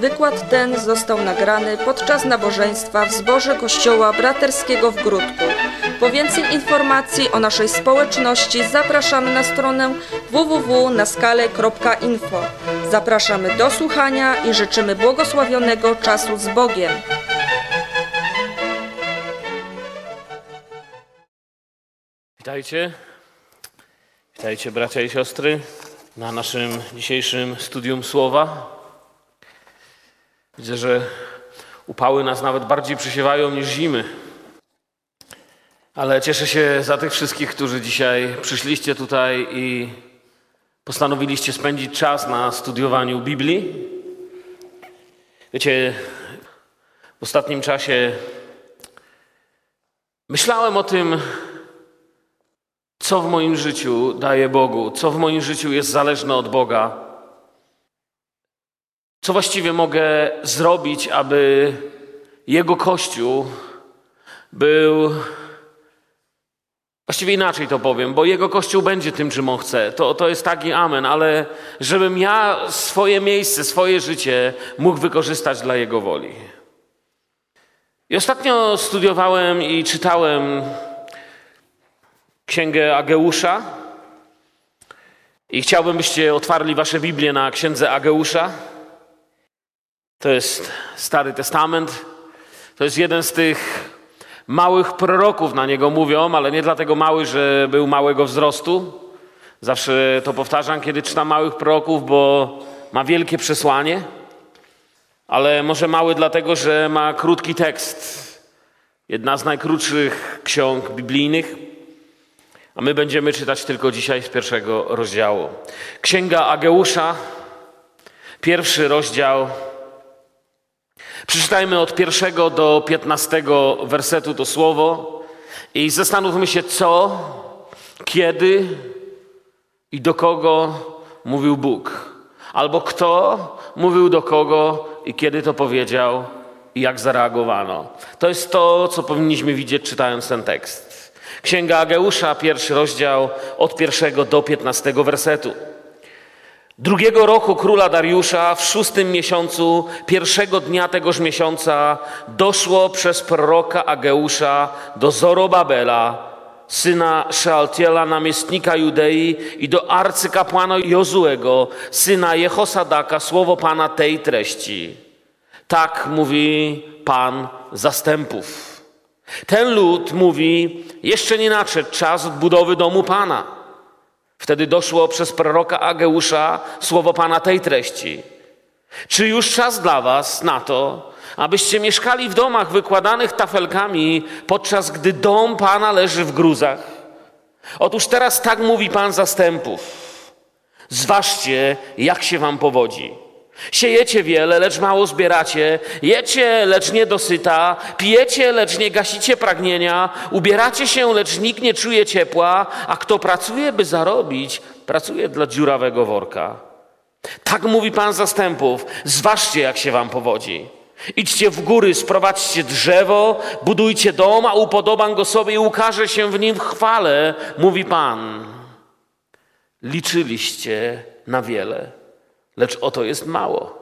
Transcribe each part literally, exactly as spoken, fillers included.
Wykład ten został nagrany podczas nabożeństwa w zborze Kościoła Braterskiego w Gródku. Po więcej informacji o naszej społeczności zapraszamy na stronę w w w kropka naskale kropka info. Zapraszamy do słuchania i życzymy błogosławionego czasu z Bogiem. Witajcie. Witajcie bracia i siostry na naszym dzisiejszym studium Słowa. Widzę, że upały nas nawet bardziej przysiewają niż zimy. Ale cieszę się za tych wszystkich, którzy dzisiaj przyszliście tutaj i postanowiliście spędzić czas na studiowaniu Biblii. Wiecie, w ostatnim czasie myślałem o tym, co w moim życiu daje Bogu, co w moim życiu jest zależne od Boga. Co właściwie mogę zrobić, aby Jego Kościół był... Właściwie inaczej to powiem, bo Jego Kościół będzie tym, czym On chce. To, to jest taki amen, ale żebym ja swoje miejsce, swoje życie mógł wykorzystać dla Jego woli. I ostatnio studiowałem i czytałem Księgę Ageusza i chciałbym, byście otwarli wasze Biblię na Księdze Ageusza. To jest Stary Testament. To jest jeden z tych małych proroków, na niego mówią, ale nie dlatego mały, że był małego wzrostu. Zawsze to powtarzam, kiedy czytam małych proroków, bo ma wielkie przesłanie. Ale może mały dlatego, że ma krótki tekst. Jedna z najkrótszych ksiąg biblijnych. A my będziemy czytać tylko dzisiaj z pierwszego rozdziału. Księga Ageusza, pierwszy rozdział. Przeczytajmy od pierwszego do piętnastego wersetu to słowo i zastanówmy się, co, kiedy i do kogo mówił Bóg. Albo kto mówił do kogo i kiedy to powiedział i jak zareagowano. To jest to, co powinniśmy widzieć, czytając ten tekst. Księga Ageusza, pierwszy rozdział, od pierwszego do piętnastego wersetu. Drugiego roku króla Dariusza, w szóstym miesiącu, pierwszego dnia tegoż miesiąca, doszło przez proroka Ageusza do Zorobabela, syna Szealtiela, namiestnika Judei, i do arcykapłana Jozuego, syna Jehosadaka, słowo Pana tej treści. Tak mówi Pan zastępów. Ten lud mówi, jeszcze nie nadszedł czas odbudowy domu Pana. Wtedy doszło przez proroka Ageusza słowo Pana tej treści. Czy już czas dla was na to, abyście mieszkali w domach wykładanych tafelkami, podczas gdy dom Pana leży w gruzach? Otóż teraz tak mówi Pan zastępów. Zważcie, jak się wam powodzi. Siejecie wiele, lecz mało zbieracie. Jecie, lecz nie dosyta. Pijecie, lecz nie gasicie pragnienia. Ubieracie się, lecz nikt nie czuje ciepła. A kto pracuje, by zarobić, pracuje dla dziurawego worka. Tak mówi Pan zastępów. Zważcie, jak się wam powodzi. Idźcie w góry, sprowadźcie drzewo, budujcie dom, a upodobam go sobie i ukaże się w nim w chwale, mówi Pan. Liczyliście na wiele, lecz oto jest mało.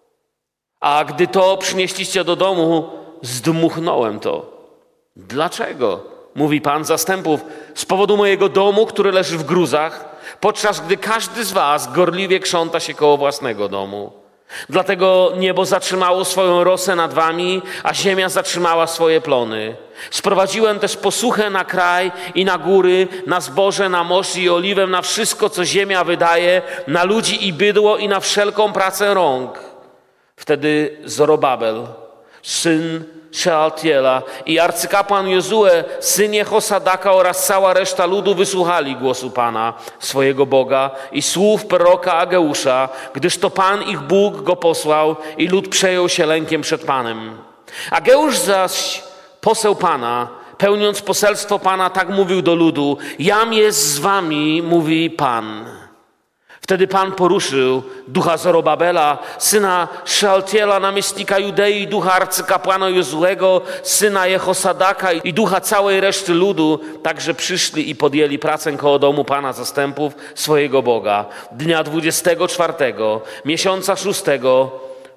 A gdy to przynieśliście do domu, zdmuchnąłem to. Dlaczego? Mówi Pan zastępów. Z powodu mojego domu, który leży w gruzach, podczas gdy każdy z was gorliwie krząta się koło własnego domu. Dlatego niebo zatrzymało swoją rosę nad wami, a ziemia zatrzymała swoje plony. Sprowadziłem też posuchę na kraj i na góry, na zboże, na morz i oliwę, na wszystko, co ziemia wydaje, na ludzi i bydło i na wszelką pracę rąk. Wtedy Zorobabel, syn Szealtiela, i arcykapłan Jozue, syn Jehosadaka, oraz cała reszta ludu wysłuchali głosu Pana, swojego Boga, i słów proroka Ageusza, gdyż to Pan ich Bóg go posłał, i lud przejął się lękiem przed Panem. Ageusz zaś, poseł Pana, pełniąc poselstwo Pana, tak mówił do ludu: jam jest z wami, mówi Pan. Wtedy Pan poruszył ducha Zorobabela, syna Szealtiela, namiestnika Judei, ducha arcykapłana Jozuego, syna Jehosadaka, i ducha całej reszty ludu, także przyszli i podjęli pracę koło domu Pana zastępów swojego Boga. Dnia dwudziestego czwartego, miesiąca szóstego,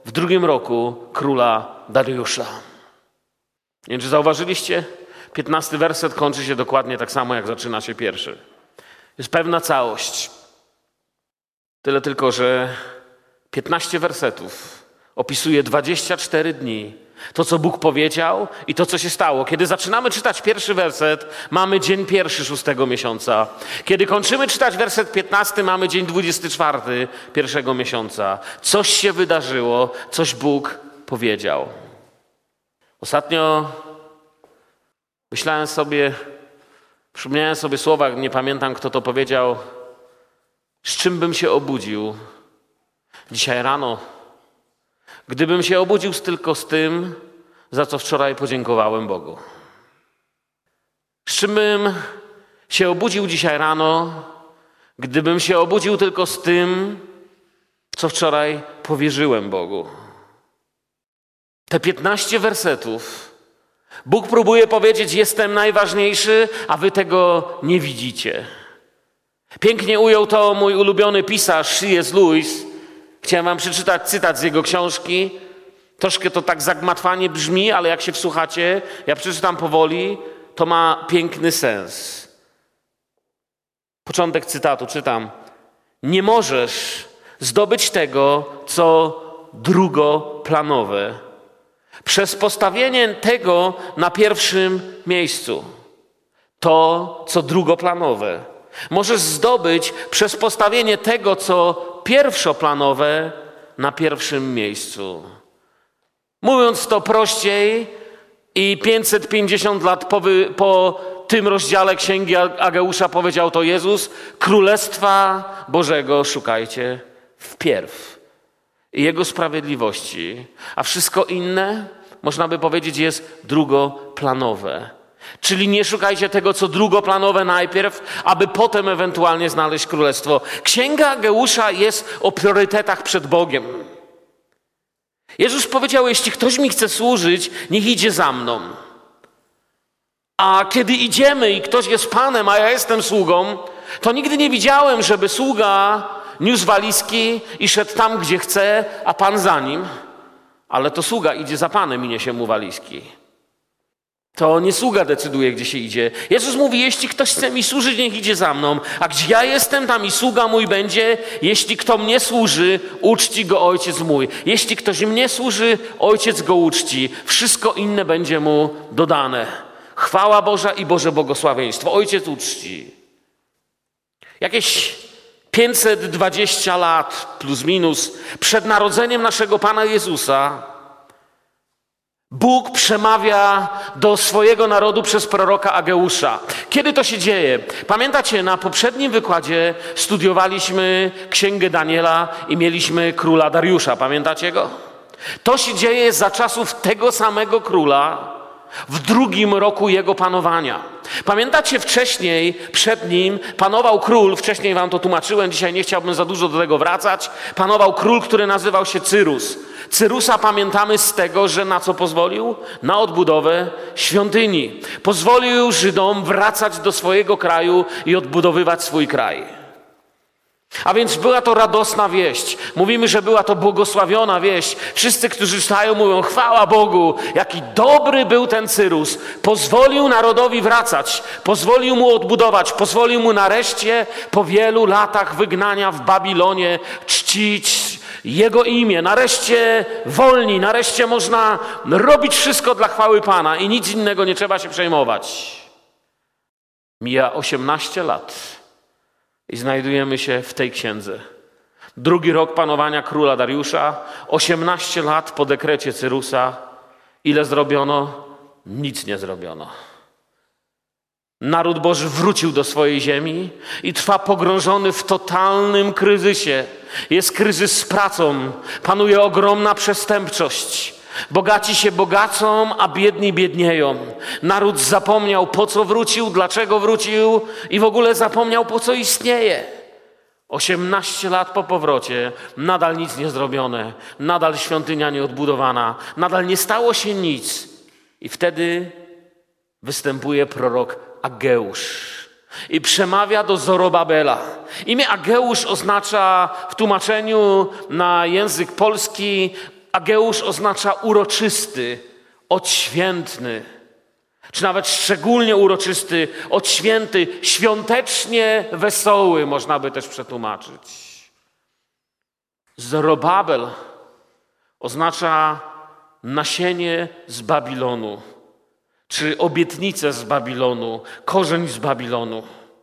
w drugim roku króla Dariusza. Nie wiem, czy zauważyliście? Piętnasty werset kończy się dokładnie tak samo, jak zaczyna się pierwszy. Jest pewna całość. Tyle tylko, że piętnaście wersetów opisuje dwadzieścia cztery dni. To, co Bóg powiedział i to, co się stało. Kiedy zaczynamy czytać pierwszy werset, mamy dzień pierwszy szóstego miesiąca. Kiedy kończymy czytać werset piętnasty, mamy dzień dwudziesty czwarty pierwszego miesiąca. Coś się wydarzyło, coś Bóg powiedział. Ostatnio myślałem sobie, przypomniałem sobie słowa, nie pamiętam, kto to powiedział, z czym bym się obudził dzisiaj rano. Gdybym się obudził tylko z tym, za co wczoraj podziękowałem Bogu. Z czym bym się obudził dzisiaj rano, gdybym się obudził tylko z tym, co wczoraj powierzyłem Bogu. Te piętnaście wersetów Bóg próbuje powiedzieć, jestem najważniejszy, a wy tego nie widzicie. Pięknie ujął to mój ulubiony pisarz C S Lewis. Chciałem wam przeczytać cytat z jego książki. Troszkę to tak zagmatwanie brzmi, ale jak się wsłuchacie, ja przeczytam powoli, to ma piękny sens. Początek cytatu, czytam. Nie możesz zdobyć tego, co drugoplanowe, przez postawienie tego na pierwszym miejscu. To, co drugoplanowe, możesz zdobyć przez postawienie tego, co pierwszoplanowe, na pierwszym miejscu. Mówiąc to prościej i pięćset pięćdziesiąt lat po, wy, po tym rozdziale Księgi Ageusza powiedział to Jezus, Królestwa Bożego szukajcie wpierw i Jego sprawiedliwości, a wszystko inne, można by powiedzieć, jest drugoplanowe. Czyli nie szukajcie tego, co drugoplanowe najpierw, aby potem ewentualnie znaleźć królestwo. Księga Ageusza jest o priorytetach przed Bogiem. Jezus powiedział, jeśli ktoś mi chce służyć, niech idzie za mną. A kiedy idziemy i ktoś jest Panem, a ja jestem sługą, to nigdy nie widziałem, żeby sługa niósł walizki i szedł tam, gdzie chce, a Pan za nim. Ale to sługa idzie za Panem i niesie mu walizki. To nie sługa decyduje, gdzie się idzie. Jezus mówi, jeśli ktoś chce mi służyć, niech idzie za mną. A gdzie ja jestem, tam i sługa mój będzie. Jeśli kto mnie służy, uczci go Ojciec mój. Jeśli ktoś mnie służy, Ojciec go uczci. Wszystko inne będzie mu dodane. Chwała Boża i Boże błogosławieństwo. Ojciec uczci. Jakieś pięćset dwadzieścia lat plus minus przed narodzeniem naszego Pana Jezusa Bóg przemawia do swojego narodu przez proroka Ageusza. Kiedy to się dzieje? Pamiętacie, na poprzednim wykładzie studiowaliśmy Księgę Daniela i mieliśmy króla Dariusza. Pamiętacie go? To się dzieje za czasów tego samego króla w drugim roku jego panowania. Pamiętacie, wcześniej, przed nim panował król, wcześniej wam to tłumaczyłem, dzisiaj nie chciałbym za dużo do tego wracać, panował król, który nazywał się Cyrus. Cyrusa pamiętamy z tego, że na co pozwolił? Na odbudowę świątyni. Pozwolił Żydom wracać do swojego kraju i odbudowywać swój kraj. A więc była to radosna wieść. Mówimy, że była to błogosławiona wieść. Wszyscy, którzy czytają, mówią, chwała Bogu, jaki dobry był ten Cyrus. Pozwolił narodowi wracać, pozwolił mu odbudować, pozwolił mu nareszcie po wielu latach wygnania w Babilonie czcić Jego imię. Nareszcie wolni, nareszcie można robić wszystko dla chwały Pana i nic innego nie trzeba się przejmować. Mija osiemnaście lat. I znajdujemy się w tej księdze. Drugi rok panowania króla Dariusza, osiemnaście lat po dekrecie Cyrusa. Ile zrobiono? Nic nie zrobiono. Naród Boży wrócił do swojej ziemi i trwa pogrążony w totalnym kryzysie. Jest kryzys z pracą, panuje ogromna przestępczość. Bogaci się bogacą, a biedni biednieją. Naród zapomniał, po co wrócił, dlaczego wrócił i w ogóle zapomniał, po co istnieje. osiemnaście lat po powrocie, nadal nic nie zrobione, nadal świątynia nieodbudowana, nadal nie stało się nic. I wtedy występuje prorok Ageusz i przemawia do Zorobabela. Imię Ageusz oznacza w tłumaczeniu na język polski Ageusz oznacza uroczysty, odświętny, czy nawet szczególnie uroczysty, odświęty, świątecznie wesoły, można by też przetłumaczyć. Zorobabel oznacza nasienie z Babilonu, czy obietnicę z Babilonu, korzeń z Babilonu.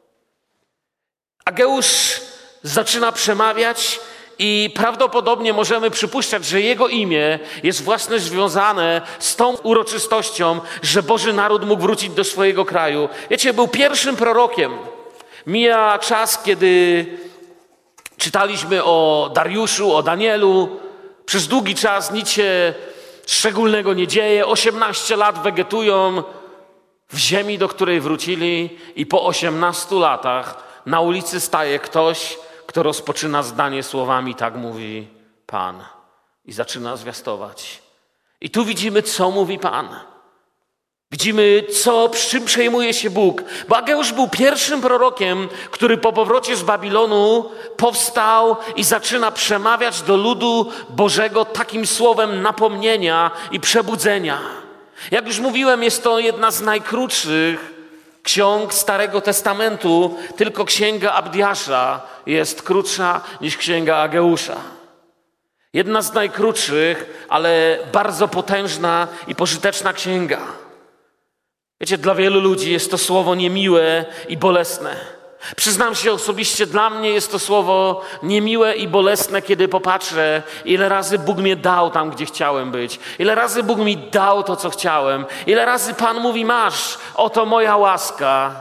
Ageusz zaczyna przemawiać i prawdopodobnie możemy przypuszczać, że jego imię jest właśnie związane z tą uroczystością, że Boży naród mógł wrócić do swojego kraju. Wiecie, był pierwszym prorokiem. Mija czas, kiedy czytaliśmy o Dariuszu, o Danielu. Przez długi czas nic się szczególnego nie dzieje. osiemnaście lat wegetują w ziemi, do której wrócili i po osiemnastu latach na ulicy staje ktoś, kto rozpoczyna zdanie słowami: tak mówi Pan, i zaczyna zwiastować. I tu widzimy, co mówi Pan. Widzimy, co, czym przejmuje się Bóg. Bo Ageusz był pierwszym prorokiem, który po powrocie z Babilonu powstał i zaczyna przemawiać do ludu Bożego takim słowem napomnienia i przebudzenia. Jak już mówiłem, jest to jedna z najkrótszych ksiąg Starego Testamentu, tylko księga Abdiasza jest krótsza niż księga Ageusza. Jedna z najkrótszych, ale bardzo potężna i pożyteczna księga. Wiecie, dla wielu ludzi jest to słowo niemiłe i bolesne. Przyznam się osobiście, dla mnie jest to słowo niemiłe i bolesne, kiedy popatrzę, ile razy Bóg mnie dał tam, gdzie chciałem być. Ile razy Bóg mi dał to, co chciałem. Ile razy Pan mówi: masz, oto moja łaska.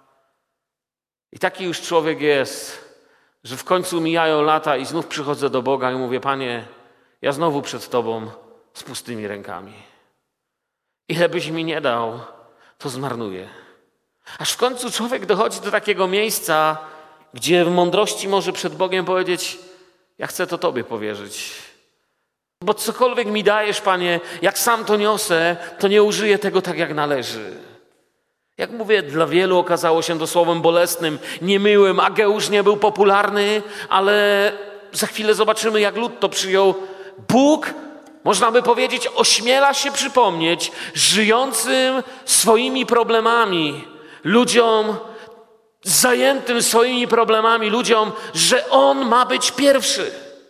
I taki już człowiek jest, że w końcu mijają lata i znów przychodzę do Boga i mówię: Panie, ja znowu przed Tobą z pustymi rękami. Ile byś mi nie dał, to zmarnuję. Aż w końcu człowiek dochodzi do takiego miejsca, gdzie w mądrości może przed Bogiem powiedzieć: ja chcę to Tobie powierzyć. Bo cokolwiek mi dajesz, Panie, jak sam to niosę, to nie użyję tego tak, jak należy. Jak mówię, dla wielu okazało się to słowem bolesnym, niemiłym. Ageusz nie był popularny, ale za chwilę zobaczymy, jak lud to przyjął. Bóg, można by powiedzieć, ośmiela się przypomnieć żyjącym swoimi problemami ludziom, zajętym swoimi problemami ludziom, że On ma być pierwszy.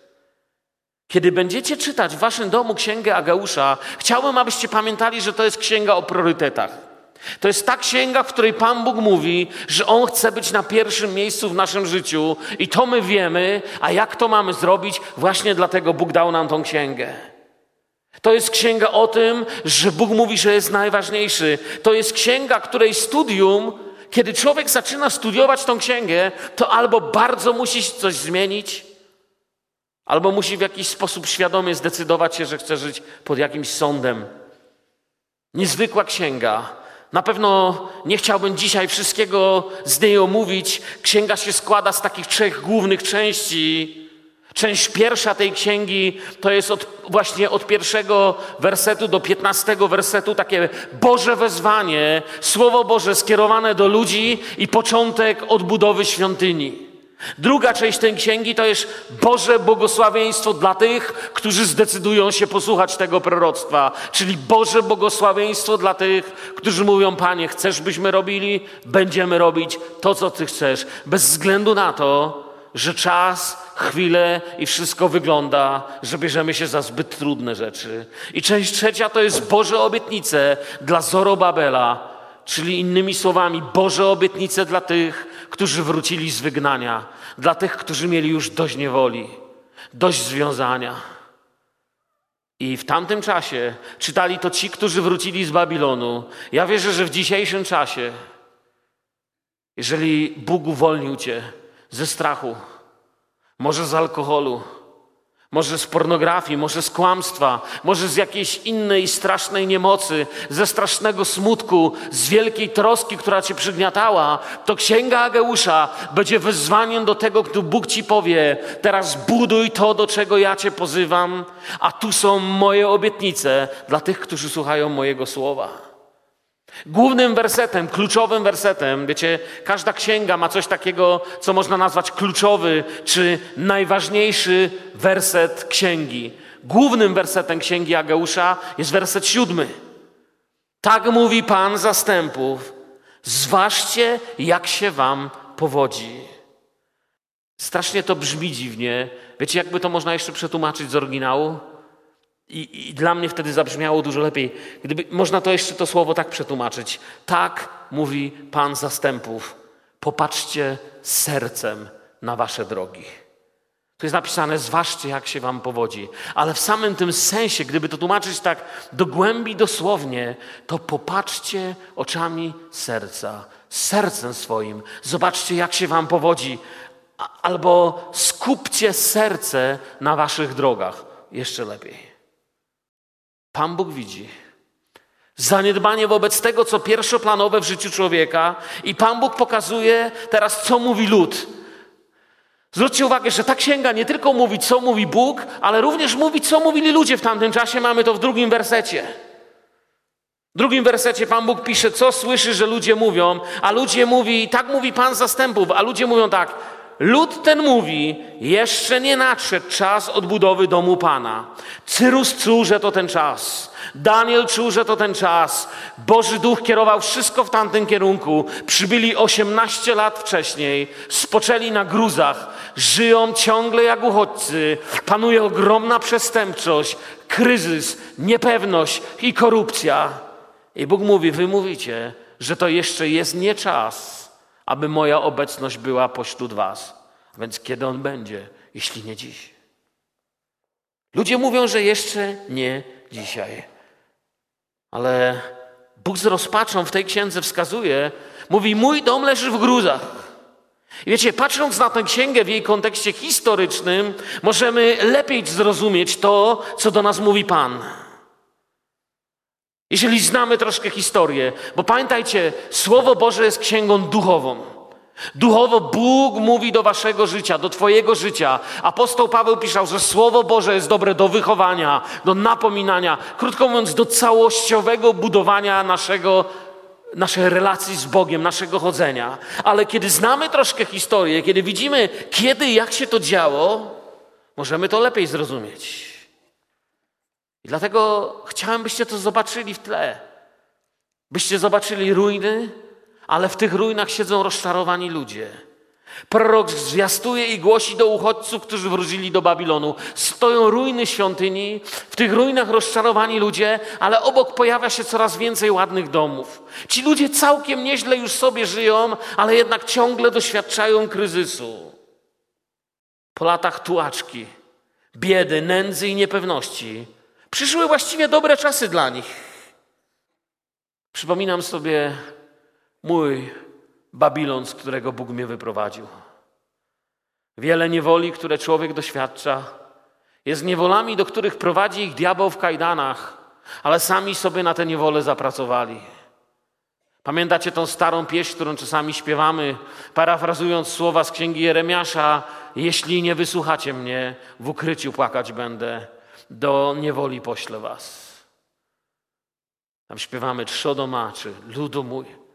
Kiedy będziecie czytać w waszym domu księgę Ageusza, chciałbym, abyście pamiętali, że to jest księga o priorytetach. To jest ta księga, w której Pan Bóg mówi, że On chce być na pierwszym miejscu w naszym życiu i to my wiemy, a jak to mamy zrobić? Właśnie dlatego Bóg dał nam tą księgę. To jest księga o tym, że Bóg mówi, że jest najważniejszy. To jest księga, której studium, kiedy człowiek zaczyna studiować tą księgę, to albo bardzo musi coś zmienić, albo musi w jakiś sposób świadomie zdecydować się, że chce żyć pod jakimś sądem. Niezwykła księga. Na pewno nie chciałbym dzisiaj wszystkiego z niej omówić. Księga się składa z takich trzech głównych części. Część pierwsza tej księgi to jest od, właśnie od pierwszego wersetu do piętnastego wersetu takie Boże wezwanie, Słowo Boże skierowane do ludzi i początek odbudowy świątyni. Druga część tej księgi to jest Boże błogosławieństwo dla tych, którzy zdecydują się posłuchać tego proroctwa. Czyli Boże błogosławieństwo dla tych, którzy mówią: Panie, chcesz, byśmy robili? Będziemy robić to, co Ty chcesz. Bez względu na to, że czas, chwilę i wszystko wygląda, że bierzemy się za zbyt trudne rzeczy. I część trzecia to jest Boże obietnice dla Zorobabela, czyli innymi słowami Boże obietnice dla tych, którzy wrócili z wygnania, dla tych, którzy mieli już dość niewoli, dość związania. I w tamtym czasie czytali to ci, którzy wrócili z Babilonu. Ja wierzę, że w dzisiejszym czasie, jeżeli Bóg uwolnił cię ze strachu, może z alkoholu, może z pornografii, może z kłamstwa, może z jakiejś innej strasznej niemocy, ze strasznego smutku, z wielkiej troski, która cię przygniatała, to Księga Ageusza będzie wezwaniem do tego, gdy Bóg ci powie: teraz buduj to, do czego ja cię pozywam, a tu są moje obietnice dla tych, którzy słuchają mojego słowa. Głównym wersetem, kluczowym wersetem, wiecie, każda księga ma coś takiego, co można nazwać kluczowy czy najważniejszy werset księgi. głównym wersetem Księgi Ageusza jest werset siódmy. Tak mówi Pan zastępów, zważcie, jak się wam powodzi. Strasznie to brzmi dziwnie. Wiecie, jakby to można jeszcze przetłumaczyć z oryginału? I, I dla mnie wtedy zabrzmiało dużo lepiej. Gdyby można to jeszcze to słowo tak przetłumaczyć. Tak mówi Pan zastępów. Popatrzcie sercem na wasze drogi. Tu jest napisane, zważcie, jak się wam powodzi. Ale w samym tym sensie, gdyby to tłumaczyć tak do głębi dosłownie, to popatrzcie oczami serca, sercem swoim. Zobaczcie, jak się wam powodzi. Albo skupcie serce na waszych drogach. Jeszcze lepiej. Pan Bóg widzi zaniedbanie wobec tego, co pierwszoplanowe w życiu człowieka i Pan Bóg pokazuje teraz, co mówi lud. Zwróćcie uwagę, że ta księga nie tylko mówi, co mówi Bóg, ale również mówi, co mówili ludzie w tamtym czasie. Mamy to w drugim wersecie. W drugim wersecie Pan Bóg pisze, co słyszy, że ludzie mówią, a ludzie mówi, tak mówi Pan zastępów, a ludzie mówią tak, lud ten mówi, jeszcze nie nadszedł czas odbudowy domu Pana. Cyrus czuł, że to ten czas. Daniel czuł, że to ten czas. Boży Duch kierował wszystko w tamtym kierunku. Przybyli osiemnaście lat wcześniej, spoczęli na gruzach, żyją ciągle jak uchodźcy. Panuje ogromna przestępczość, kryzys, niepewność i korupcja. I Bóg mówi, wy mówicie, że to jeszcze jest nie czas, aby moja obecność była pośród was. A więc kiedy On będzie, jeśli nie dziś? Ludzie mówią, że jeszcze nie dzisiaj. Ale Bóg z rozpaczą w tej księdze wskazuje, mówi, mój dom leży w gruzach. I wiecie, patrząc na tę księgę w jej kontekście historycznym, możemy lepiej zrozumieć to, co do nas mówi Pan. Jeżeli znamy troszkę historię, bo pamiętajcie, Słowo Boże jest księgą duchową. Duchowo Bóg mówi do waszego życia, do twojego życia. Apostoł Paweł pisał, że Słowo Boże jest dobre do wychowania, do napominania, krótko mówiąc, do całościowego budowania naszego, naszej relacji z Bogiem, naszego chodzenia. Ale kiedy znamy troszkę historię, kiedy widzimy, kiedy, jak się to działo, możemy to lepiej zrozumieć. I dlatego chciałem, byście to zobaczyli w tle. Byście zobaczyli ruiny, ale w tych ruinach siedzą rozczarowani ludzie. Prorok zwiastuje i głosi do uchodźców, którzy wrócili do Babilonu. Stoją ruiny świątyni, w tych ruinach rozczarowani ludzie, ale obok pojawia się coraz więcej ładnych domów. Ci ludzie całkiem nieźle już sobie żyją, ale jednak ciągle doświadczają kryzysu. Po latach tułaczki, biedy, nędzy i niepewności przyszły właściwie dobre czasy dla nich. Przypominam sobie mój Babilon, z którego Bóg mnie wyprowadził. Wiele niewoli, które człowiek doświadcza, jest niewolami, do których prowadzi ich diabeł w kajdanach, ale sami sobie na te niewole zapracowali. Pamiętacie tą starą pieśń, którą czasami śpiewamy, parafrazując słowa z księgi Jeremiasza: jeśli nie wysłuchacie mnie, w ukryciu płakać będę, do niewoli poślę was. Tam śpiewamy: trzodo ma, czy ludu mój.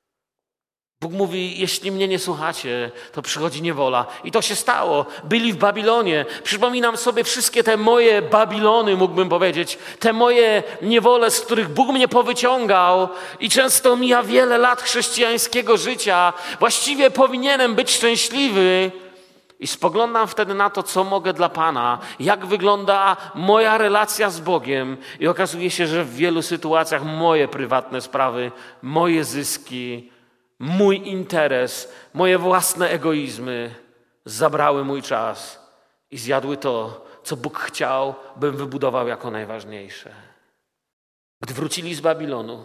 Bóg mówi, jeśli mnie nie słuchacie, to przychodzi niewola. I to się stało. Byli w Babilonie. Przypominam sobie wszystkie te moje Babilony, mógłbym powiedzieć. Te moje niewole, z których Bóg mnie powyciągał. I często mija wiele lat chrześcijańskiego życia. Właściwie powinienem być szczęśliwy. I spoglądam wtedy na to, co mogę dla Pana. Jak wygląda moja relacja z Bogiem. I okazuje się, że w wielu sytuacjach moje prywatne sprawy, moje zyski, mój interes, moje własne egoizmy zabrały mój czas i zjadły to, co Bóg chciał, bym wybudował jako najważniejsze. Gdy wrócili z Babilonu,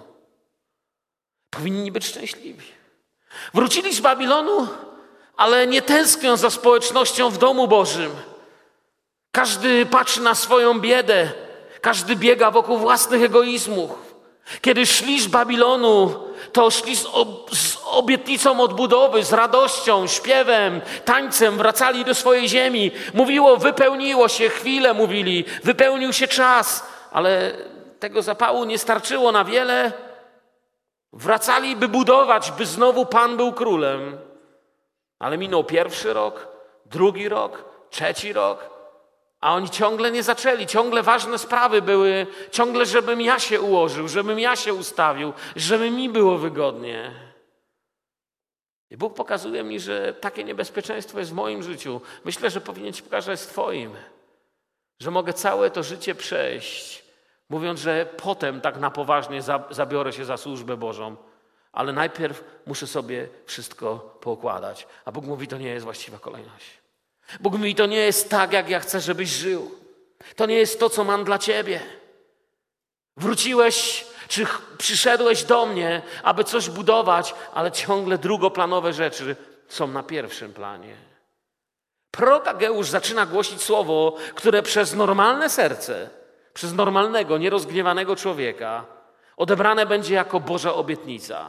powinni być szczęśliwi. Wrócili z Babilonu, ale nie tęsknią za społecznością w domu Bożym. Każdy patrzy na swoją biedę, każdy biega wokół własnych egoizmów. Kiedy szli z Babilonu, to szli z, ob- z obietnicą odbudowy, z radością, śpiewem, tańcem, wracali do swojej ziemi. Mówiło, wypełniło się, chwilę mówili, wypełnił się czas, ale tego zapału nie starczyło na wiele. Wracali, by budować, by znowu Pan był królem. Ale minął pierwszy rok, drugi rok, trzeci rok, A oni ciągle nie zaczęli, ciągle ważne sprawy były, ciągle żebym ja się ułożył, żebym ja się ustawił, żeby mi było wygodnie. I Bóg pokazuje mi, że takie niebezpieczeństwo jest w moim życiu. Myślę, że powinien Ci pokazać w Twoim. Że mogę całe to życie przejść, mówiąc, że potem tak na poważnie zabiorę się za służbę Bożą. Ale najpierw muszę sobie wszystko poukładać. A Bóg mówi, to nie jest właściwa kolejność. Bóg mówi, to nie jest tak, jak ja chcę, żebyś żył. To nie jest to, co mam dla Ciebie. Wróciłeś, czy przyszedłeś do mnie, aby coś budować, ale ciągle drugoplanowe rzeczy są na pierwszym planie. Prorok Ageusz zaczyna głosić słowo, które przez normalne serce, przez normalnego, nierozgniewanego człowieka odebrane będzie jako Boża obietnica.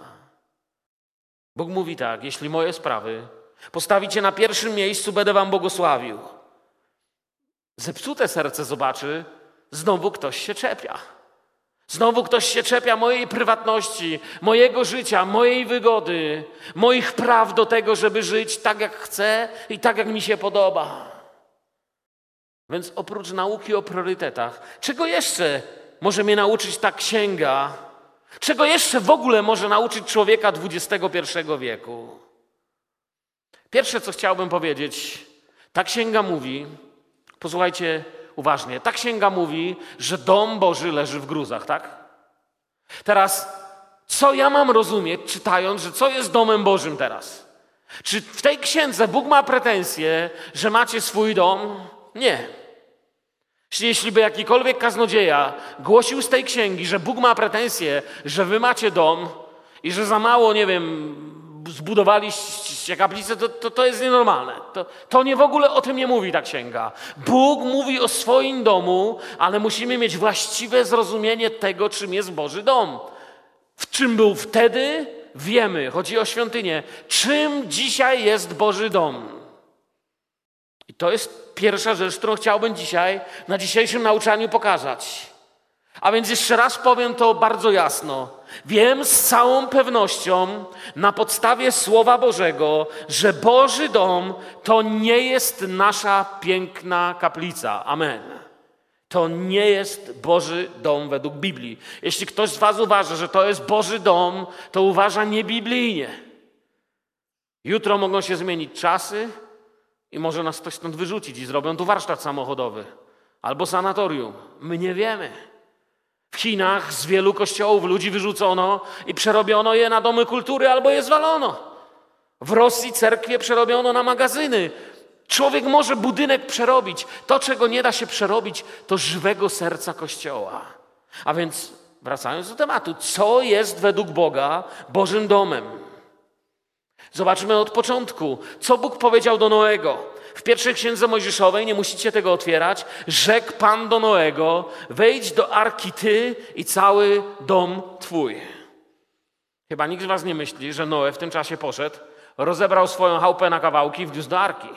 Bóg mówi tak, jeśli moje sprawy postawicie na pierwszym miejscu, będę wam błogosławił. Zepsute serce zobaczy, znowu ktoś się czepia. Znowu ktoś się czepia mojej prywatności, mojego życia, mojej wygody, moich praw do tego, żeby żyć tak, jak chcę i tak, jak mi się podoba. Więc oprócz nauki o priorytetach, czego jeszcze może mnie nauczyć ta księga? Czego jeszcze w ogóle może nauczyć człowieka dwudziestego pierwszego wieku? Pierwsze, co chciałbym powiedzieć, ta księga mówi, posłuchajcie uważnie, ta księga mówi, że dom Boży leży w gruzach, tak? Teraz, co ja mam rozumieć, czytając, że co jest domem Bożym teraz? Czy w tej księdze Bóg ma pretensje, że macie swój dom? Nie. Jeśli by jakikolwiek kaznodzieja głosił z tej księgi, że Bóg ma pretensje, że wy macie dom i że za mało, nie wiem, zbudowaliście kaplicę, to, to, to jest nienormalne. To, to nie w ogóle o tym nie mówi ta księga. Bóg mówi o swoim domu, ale musimy mieć właściwe zrozumienie tego, czym jest Boży dom. W czym był wtedy, wiemy, chodzi o świątynię. Czym dzisiaj jest Boży dom? I to jest pierwsza rzecz, którą chciałbym dzisiaj na dzisiejszym nauczaniu pokazać. A więc jeszcze raz powiem to bardzo jasno. Wiem z całą pewnością na podstawie Słowa Bożego, że Boży dom to nie jest nasza piękna kaplica. Amen. To nie jest Boży dom według Biblii. Jeśli ktoś z was uważa, że to jest Boży dom, to uważa niebiblijnie. Jutro mogą się zmienić czasy i może nas ktoś stąd wyrzucić i zrobią tu warsztat samochodowy albo sanatorium. My nie wiemy. W Chinach z wielu kościołów ludzi wyrzucono i przerobiono je na domy kultury albo je zwalono. W Rosji cerkwie przerobiono na magazyny. Człowiek może budynek przerobić. To, czego nie da się przerobić, to żywego serca Kościoła. A więc wracając do tematu, co jest według Boga Bożym domem? Zobaczmy od początku, co Bóg powiedział do Noego. W pierwszej księdze Mojżeszowej, nie musicie tego otwierać, rzekł Pan do Noego, wejdź do arki ty i cały dom twój. Chyba nikt z was nie myśli, że Noe w tym czasie poszedł, rozebrał swoją chałupę na kawałki i wniósł do arki.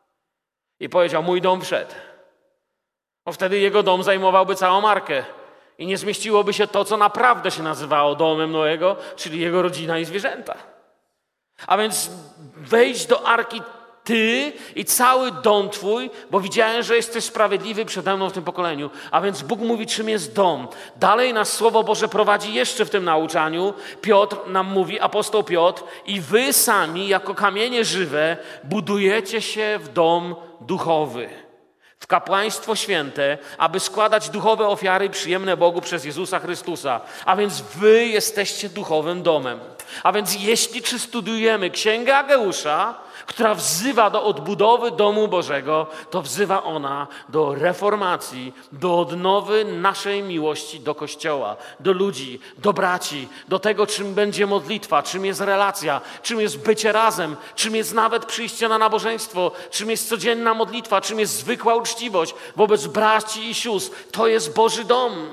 I powiedział, mój dom wszedł. Bo wtedy jego dom zajmowałby całą arkę. I nie zmieściłoby się to, co naprawdę się nazywało domem Noego, czyli jego rodzina i zwierzęta. A więc wejdź do arki ty i cały dom twój, bo widziałem, że jesteś sprawiedliwy przede mną w tym pokoleniu. A więc Bóg mówi, czym jest dom. Dalej nas Słowo Boże prowadzi jeszcze w tym nauczaniu. Piotr nam mówi, apostoł Piotr, i wy sami jako kamienie żywe budujecie się w dom duchowy, w kapłaństwo święte, aby składać duchowe ofiary przyjemne Bogu przez Jezusa Chrystusa. A więc wy jesteście duchowym domem. A więc jeśli czy studiujemy Księgę Ageusza, która wzywa do odbudowy domu Bożego, to wzywa ona do reformacji, do odnowy naszej miłości do Kościoła, do ludzi, do braci, do tego, czym będzie modlitwa, czym jest relacja, czym jest bycie razem, czym jest nawet przyjście na nabożeństwo, czym jest codzienna modlitwa, czym jest zwykła uczciwość wobec braci i sióstr. To jest Boży dom.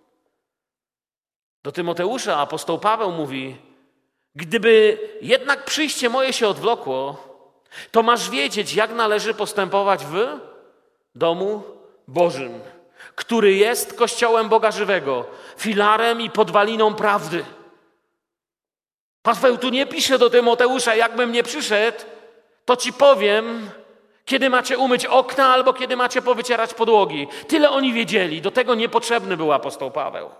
Do Tymoteusza apostoł Paweł mówi, gdyby jednak przyjście moje się odwlokło, to masz wiedzieć, jak należy postępować w domu Bożym, który jest Kościołem Boga żywego, filarem i podwaliną prawdy. Paweł tu nie pisze do Tymoteusza, jakbym nie przyszedł, to ci powiem, Kiedy macie umyć okna albo kiedy macie powycierać podłogi. Tyle oni wiedzieli. Do tego niepotrzebny był apostoł Paweł.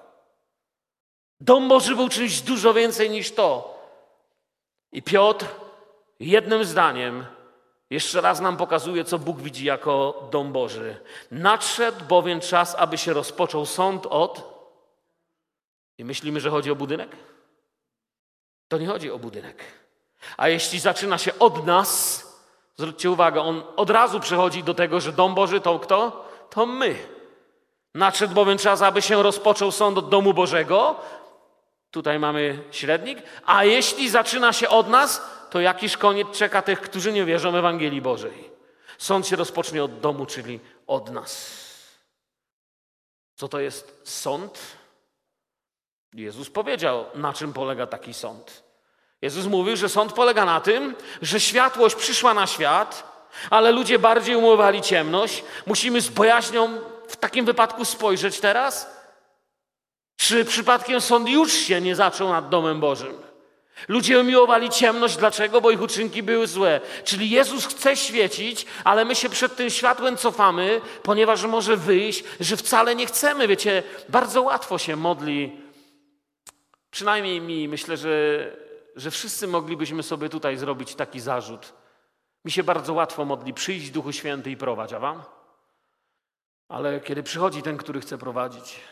Dom Boży był czymś dużo więcej niż to. I Piotr jednym zdaniem jeszcze raz nam pokazuje, co Bóg widzi jako dom Boży. Nadszedł bowiem czas, aby się rozpoczął sąd od... I myślimy, że chodzi o budynek? To nie chodzi o budynek. A jeśli zaczyna się od nas, zwróćcie uwagę, on od razu przechodzi do tego, że dom Boży to kto? To my. Nadszedł bowiem czas, aby się rozpoczął sąd od domu Bożego. Tutaj mamy średnik. A jeśli zaczyna się od nas, to jakiż koniec czeka tych, którzy nie wierzą w Ewangelii Bożej. Sąd się rozpocznie od domu, czyli od nas. Co to jest sąd? Jezus powiedział, na czym polega taki sąd. Jezus mówił, że sąd polega na tym, że światłość przyszła na świat, ale ludzie bardziej umiłowali ciemność. Musimy z bojaźnią w takim wypadku spojrzeć teraz, czy przypadkiem sąd już się nie zaczął nad domem Bożym. Ludzie umiłowali ciemność. Dlaczego? Bo ich uczynki były złe. Czyli Jezus chce świecić, ale my się przed tym światłem cofamy, ponieważ może wyjść, że wcale nie chcemy. Wiecie, bardzo łatwo się modli. Przynajmniej mi, myślę, że, że wszyscy moglibyśmy sobie tutaj zrobić taki zarzut. Mi się bardzo łatwo modli, przyjdź Duchu Święty i prowadź, a wam? Ale kiedy przychodzi ten, który chce prowadzić,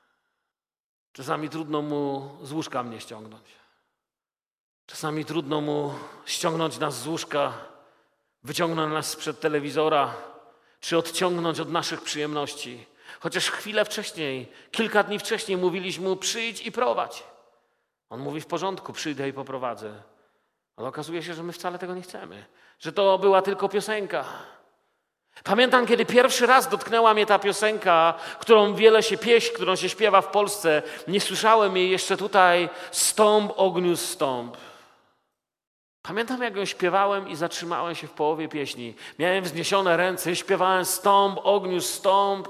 czasami trudno mu z łóżka mnie ściągnąć. Czasami trudno mu ściągnąć nas z łóżka, wyciągnąć nas sprzed telewizora, czy odciągnąć od naszych przyjemności. Chociaż chwilę wcześniej, kilka dni wcześniej mówiliśmy mu przyjdź i prowadź. On mówi w porządku, przyjdę i poprowadzę. Ale okazuje się, że my wcale tego nie chcemy. Że to była tylko piosenka. Pamiętam, kiedy pierwszy raz dotknęła mnie ta piosenka, którą wiele się pieśń, którą się śpiewa w Polsce. Nie słyszałem jej jeszcze tutaj. Stąp, ogniu, stąp. Pamiętam, jak ją śpiewałem i zatrzymałem się w połowie pieśni. Miałem wzniesione ręce, śpiewałem stąp, ogniu, stąp.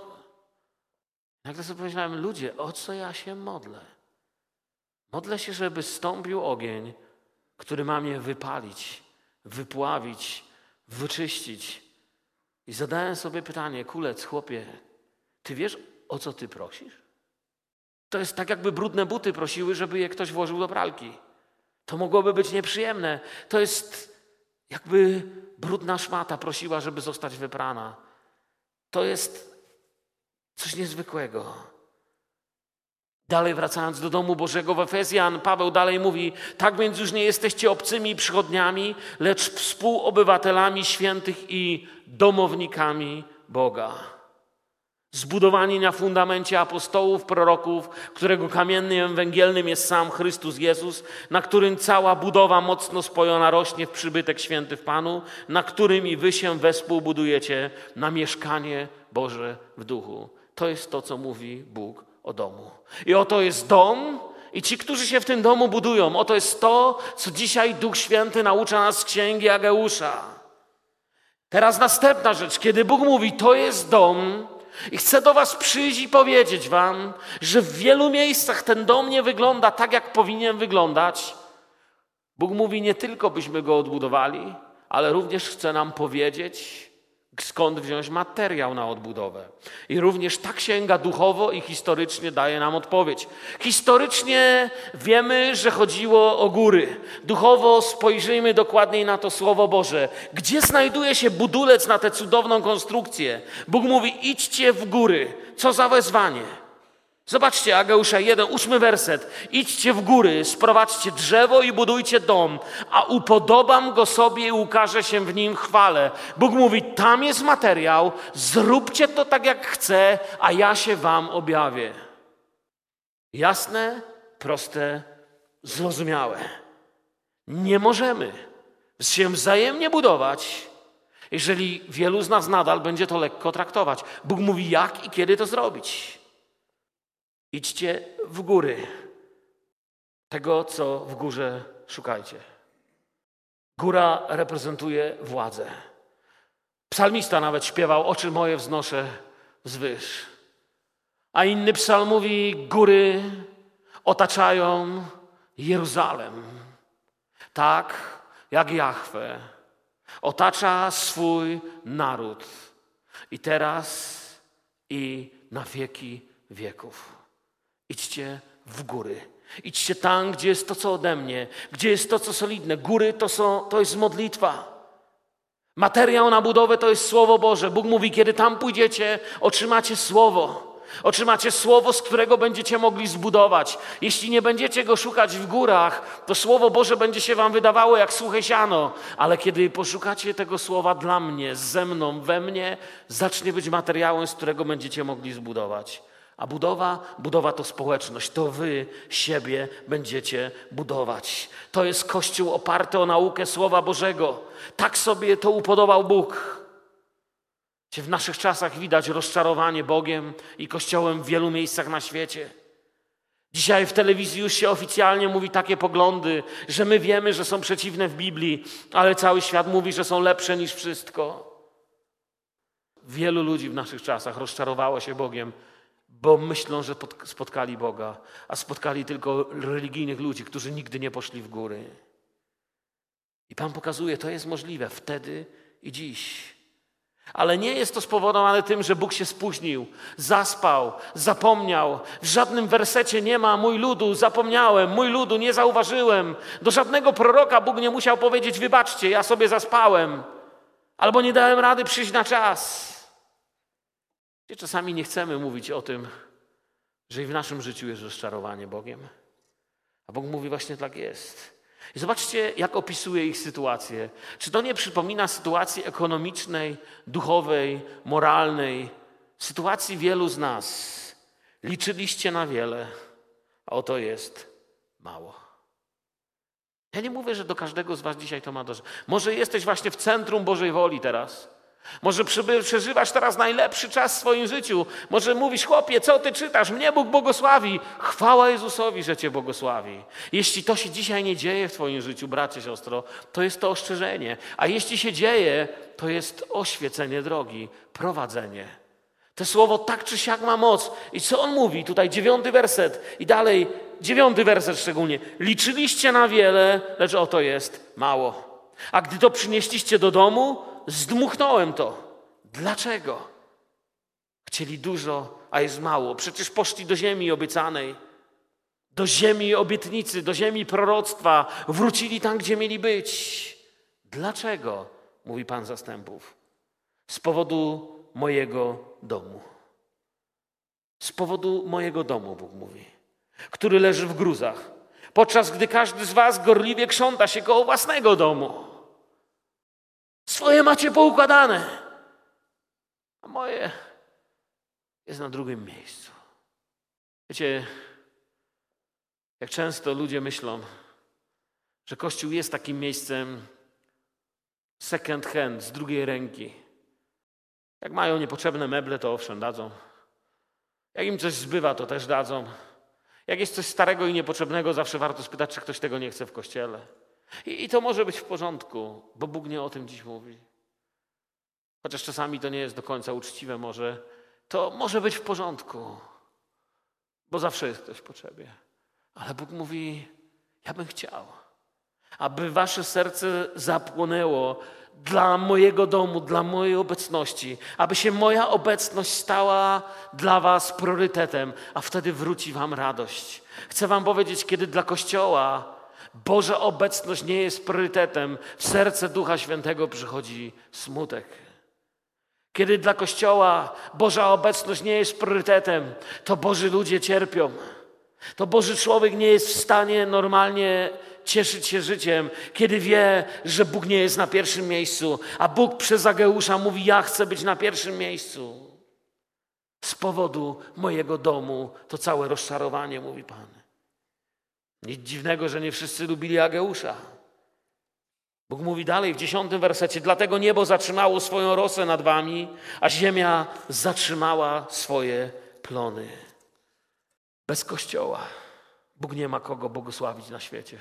Nagle sobie pomyślałem, ludzie, o co ja się modlę? Modlę się, żeby stąpił ogień, który ma mnie wypalić, wypławić, wyczyścić. I zadałem sobie pytanie, kulec, chłopie, ty wiesz, o co ty prosisz? To jest tak, jakby brudne buty prosiły, żeby je ktoś włożył do pralki. To mogłoby być nieprzyjemne. To jest jakby brudna szmata prosiła, żeby zostać wyprana. To jest coś niezwykłego. Dalej wracając do domu Bożego w Efezjan, Paweł dalej mówi, tak więc już nie jesteście obcymi przychodniami, lecz współobywatelami świętych i domownikami Boga. Zbudowani na fundamencie apostołów, proroków, którego kamieniem węgielnym jest sam Chrystus Jezus, na którym cała budowa mocno spojona rośnie w przybytek święty w Panu, na którym i wy się wespół budujecie na mieszkanie Boże w duchu. To jest to, co mówi Bóg o domu. I oto jest dom i ci, którzy się w tym domu budują. Oto jest to, co dzisiaj Duch Święty naucza nas z Księgi Ageusza. Teraz następna rzecz. Kiedy Bóg mówi, to jest dom i chcę do was przyjść i powiedzieć wam, że w wielu miejscach ten dom nie wygląda tak, jak powinien wyglądać. Bóg mówi, nie tylko byśmy go odbudowali, ale również chce nam powiedzieć, skąd wziąć materiał na odbudowę. I również ta księga duchowo i historycznie daje nam odpowiedź. Historycznie wiemy, że chodziło o góry. Duchowo spojrzyjmy dokładniej na to Słowo Boże. Gdzie znajduje się budulec na tę cudowną konstrukcję? Bóg mówi, idźcie w góry. Co za wezwanie. Zobaczcie, Ageusza jeden, ósmy werset. Idźcie w góry, sprowadźcie drzewo i budujcie dom, a upodobam go sobie i ukaże się w nim chwale. Bóg mówi, tam jest materiał, zróbcie to tak jak chcę, a ja się wam objawię. Jasne, proste, zrozumiałe. Nie możemy się wzajemnie budować, jeżeli wielu z nas nadal będzie to lekko traktować. Bóg mówi, jak i kiedy to zrobić. Idźcie w góry. Tego, co w górze szukajcie. Góra reprezentuje władzę. Psalmista nawet śpiewał, oczy moje wznoszę wzwyż. A inny psalm mówi, góry otaczają Jeruzalem. Tak jak Jahwe Otacza swój naród. I teraz, i na wieki wieków. Idźcie w góry. Idźcie tam, gdzie jest to, co ode mnie. Gdzie jest to, co solidne. Góry to, są, to jest modlitwa. Materiał na budowę to jest Słowo Boże. Bóg mówi, kiedy tam pójdziecie, otrzymacie Słowo. Otrzymacie Słowo, z którego będziecie mogli zbudować. Jeśli nie będziecie go szukać w górach, to Słowo Boże będzie się wam wydawało jak suche siano. Ale kiedy poszukacie tego Słowa dla mnie, ze mną, we mnie, zacznie być materiałem, z którego będziecie mogli zbudować. A budowa, budowa to społeczność. To wy siebie będziecie budować. To jest Kościół oparty o naukę Słowa Bożego. Tak sobie to upodobał Bóg. W naszych czasach widać rozczarowanie Bogiem i Kościołem w wielu miejscach na świecie. Dzisiaj w telewizji już się oficjalnie mówi takie poglądy, że my wiemy, że są przeciwne w Biblii, ale cały świat mówi, że są lepsze niż wszystko. Wielu ludzi w naszych czasach rozczarowało się Bogiem, bo myślą, że spotkali Boga, a spotkali tylko religijnych ludzi, którzy nigdy nie poszli w góry. I Pan pokazuje, to jest możliwe wtedy i dziś. Ale nie jest to spowodowane tym, że Bóg się spóźnił, zaspał, zapomniał. W żadnym wersecie nie ma mój ludu, zapomniałem, mój ludu, nie zauważyłem. Do żadnego proroka Bóg nie musiał powiedzieć, wybaczcie, ja sobie zaspałem. Albo nie dałem rady przyjść na czas. Czasami nie chcemy mówić o tym, że i w naszym życiu jest rozczarowanie Bogiem. A Bóg mówi, właśnie tak jest. I zobaczcie, jak opisuje ich sytuację. Czy to nie przypomina sytuacji ekonomicznej, duchowej, moralnej, sytuacji wielu z nas? Liczyliście na wiele, a oto jest mało. Ja nie mówię, że do każdego z was dzisiaj to ma dość. Może jesteś właśnie w centrum Bożej woli teraz. Może przeżywasz teraz najlepszy czas w swoim życiu. Może mówisz, chłopie, co ty czytasz? Mnie Bóg błogosławi. Chwała Jezusowi, że cię błogosławi. Jeśli to się dzisiaj nie dzieje w twoim życiu, bracie, siostro, to jest to ostrzeżenie. A jeśli się dzieje, to jest oświecenie drogi, prowadzenie. To słowo tak czy siak ma moc. I co on mówi? Tutaj dziewiąty werset i dalej, dziewiąty werset szczególnie. Liczyliście na wiele, lecz oto jest mało. A gdy to przynieśliście do domu, zdmuchnąłem to. Dlaczego? Chcieli dużo, a jest mało. Przecież poszli do ziemi obiecanej, do ziemi obietnicy, do ziemi proroctwa. Wrócili tam, gdzie mieli być. Dlaczego? Mówi Pan zastępów. Z powodu mojego domu. Z powodu mojego domu, Bóg mówi, który leży w gruzach. Podczas gdy każdy z was gorliwie krząta się koło własnego domu. Swoje macie poukładane, a moje jest na drugim miejscu. Wiecie, jak często ludzie myślą, że Kościół jest takim miejscem second hand, z drugiej ręki. Jak mają niepotrzebne meble, to owszem, dadzą. Jak im coś zbywa, to też dadzą. Jak jest coś starego i niepotrzebnego, zawsze warto spytać, czy ktoś tego nie chce w Kościele. I, I to może być w porządku, bo Bóg nie o tym dziś mówi. Chociaż czasami to nie jest do końca uczciwe może, to może być w porządku, bo zawsze jest ktoś w potrzebie. Ale Bóg mówi, ja bym chciał, aby wasze serce zapłonęło dla mojego domu, dla mojej obecności, aby się moja obecność stała dla was priorytetem, a wtedy wróci wam radość. Chcę wam powiedzieć, kiedy dla Kościoła Boża obecność nie jest priorytetem, w serce Ducha Świętego przychodzi smutek. Kiedy dla Kościoła Boża obecność nie jest priorytetem, to Boży ludzie cierpią. To Boży człowiek nie jest w stanie normalnie cieszyć się życiem, kiedy wie, że Bóg nie jest na pierwszym miejscu, a Bóg przez Ageusza mówi, ja chcę być na pierwszym miejscu. Z powodu mojego domu to całe rozczarowanie, mówi Pan. Nic dziwnego, że nie wszyscy lubili Ageusza. Bóg mówi dalej w dziesiątym wersecie, dlatego niebo zatrzymało swoją rosę nad wami, a ziemia zatrzymała swoje plony. Bez Kościoła Bóg nie ma kogo błogosławić na świecie.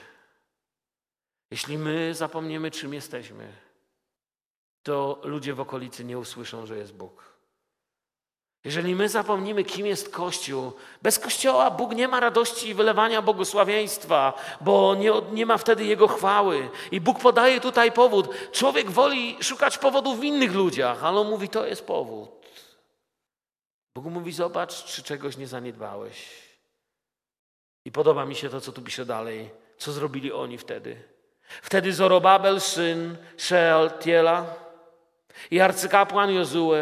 Jeśli my zapomniemy, czym jesteśmy, to ludzie w okolicy nie usłyszą, że jest Bóg. Jeżeli my zapomnimy, kim jest Kościół, bez Kościoła Bóg nie ma radości i wylewania błogosławieństwa, bo nie, nie ma wtedy Jego chwały. I Bóg podaje tutaj powód. Człowiek woli szukać powodów w innych ludziach, ale on mówi, to jest powód. Bóg mówi, zobacz, czy czegoś nie zaniedbałeś. I podoba mi się to, co tu pisze dalej. Co zrobili oni wtedy? Wtedy Zorobabel, syn Szealtiela i arcykapłan Jozue,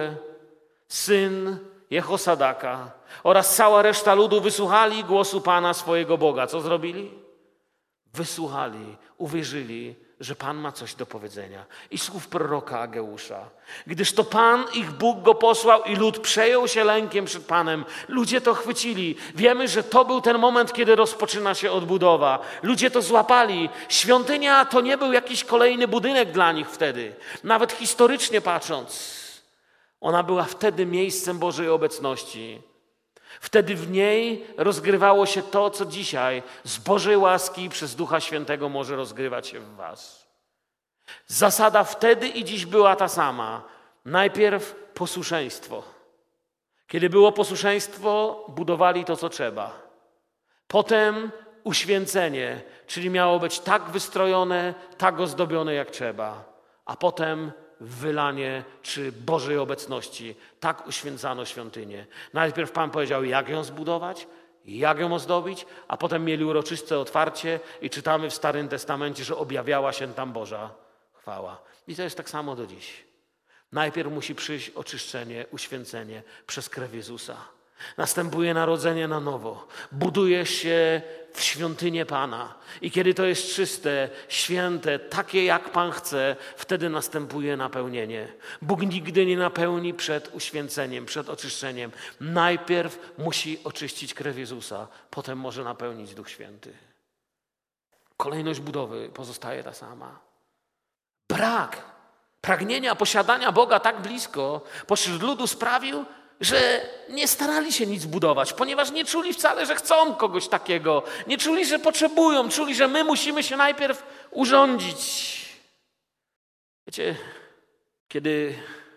syn Jehosadaka oraz cała reszta ludu wysłuchali głosu Pana swojego Boga. Co zrobili? Wysłuchali, uwierzyli, że Pan ma coś do powiedzenia. I słów proroka Ageusza. Gdyż to Pan, ich Bóg go posłał i lud przejął się lękiem przed Panem. Ludzie to chwycili. Wiemy, że to był ten moment, kiedy rozpoczyna się odbudowa. Ludzie to złapali. Świątynia to nie był jakiś kolejny budynek dla nich wtedy. Nawet historycznie patrząc. Ona była wtedy miejscem Bożej obecności. Wtedy w niej rozgrywało się to, co dzisiaj z Bożej łaski przez Ducha Świętego może rozgrywać się w was. Zasada wtedy i dziś była ta sama. Najpierw posłuszeństwo. Kiedy było posłuszeństwo, budowali to, co trzeba. Potem uświęcenie, czyli miało być tak wystrojone, tak ozdobione, jak trzeba. A potem wylanie czy Bożej obecności. Tak uświęcano świątynię. Najpierw Pan powiedział, jak ją zbudować, jak ją ozdobić, a potem mieli uroczyste otwarcie i czytamy w Starym Testamencie, że objawiała się tam Boża chwała. I to jest tak samo do dziś. Najpierw musi przyjść oczyszczenie, uświęcenie przez krew Jezusa. Następuje narodzenie na nowo. Buduje się w świątynię Pana. I kiedy to jest czyste, święte, takie jak Pan chce, wtedy następuje napełnienie. Bóg nigdy nie napełni przed uświęceniem, przed oczyszczeniem. Najpierw musi oczyścić krew Jezusa, potem może napełnić Duch Święty. Kolejność budowy pozostaje ta sama. Brak pragnienia posiadania Boga tak blisko pośród ludu sprawił, że nie starali się nic budować, ponieważ nie czuli wcale, że chcą kogoś takiego. Nie czuli, że potrzebują. Czuli, że my musimy się najpierw urządzić. Wiecie, kiedy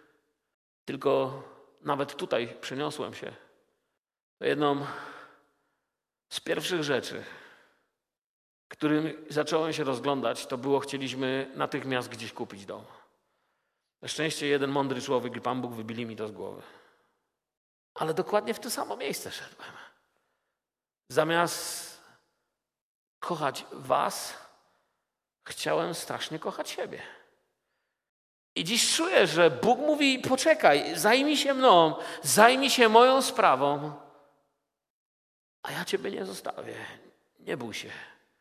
tylko nawet tutaj przeniosłem się, to jedną z pierwszych rzeczy, którym zacząłem się rozglądać, to było, chcieliśmy natychmiast gdzieś kupić dom. Na szczęście jeden mądry człowiek i Pan Bóg wybili mi to z głowy. Ale dokładnie w to samo miejsce szedłem. Zamiast kochać was, chciałem strasznie kochać siebie. I dziś czuję, że Bóg mówi, poczekaj, zajmij się mną, zajmij się moją sprawą, a ja ciebie nie zostawię. Nie bój się.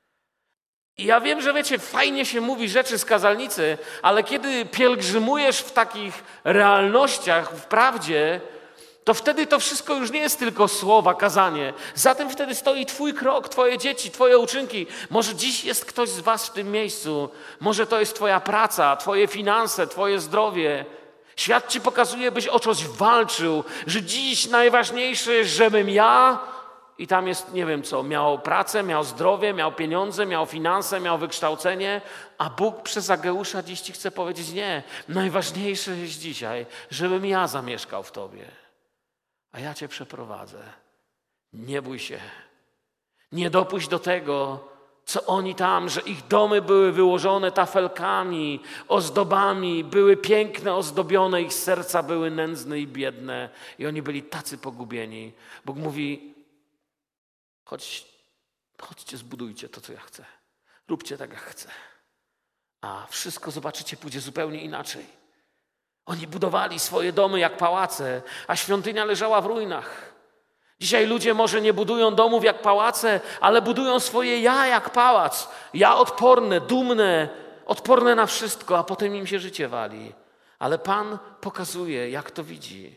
I ja wiem, że wiecie, fajnie się mówi rzeczy z kazalnicy, ale kiedy pielgrzymujesz w takich realnościach, w prawdzie, to wtedy to wszystko już nie jest tylko słowa, kazanie. Za tym wtedy stoi twój krok, twoje dzieci, twoje uczynki. Może dziś jest ktoś z was w tym miejscu. Może to jest twoja praca, twoje finanse, twoje zdrowie. Świat ci pokazuje, byś o coś walczył, że dziś najważniejsze jest, żebym ja i tam jest, nie wiem co, miał pracę, miał zdrowie, miał pieniądze, miał finanse, miał wykształcenie, a Bóg przez Ageusza dziś ci chce powiedzieć nie. Najważniejsze jest dzisiaj, żebym ja zamieszkał w tobie. A ja cię przeprowadzę. Nie bój się. Nie dopuść do tego, co oni tam, że ich domy były wyłożone tafelkami, ozdobami, były piękne, ozdobione, ich serca były nędzne i biedne i oni byli tacy pogubieni. Bóg mówi, chodź, chodźcie, zbudujcie to, co ja chcę. Róbcie tak, jak chcę. A wszystko, zobaczycie, pójdzie zupełnie inaczej. Oni budowali swoje domy jak pałace, a świątynia leżała w ruinach. Dzisiaj ludzie może nie budują domów jak pałace, ale budują swoje ja jak pałac. Ja odporne, dumne, odporne na wszystko, a potem im się życie wali. Ale Pan pokazuje, jak to widzi.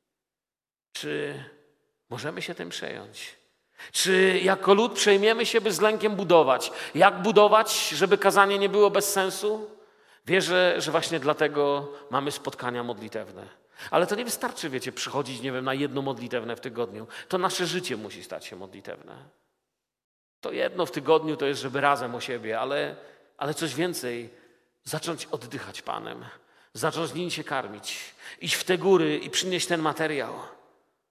Czy możemy się tym przejąć? Czy jako lud przejmiemy się, by z lękiem budować? Jak budować, żeby kazanie nie było bez sensu? Wierzę, że właśnie dlatego mamy spotkania modlitewne. Ale to nie wystarczy, wiecie, przychodzić, nie wiem, na jedno modlitewne w tygodniu. To nasze życie musi stać się modlitewne. To jedno w tygodniu to jest, żeby razem o siebie, ale, ale coś więcej. Zacząć oddychać Panem. Zacząć nim się karmić. Iść w te góry i przynieść ten materiał.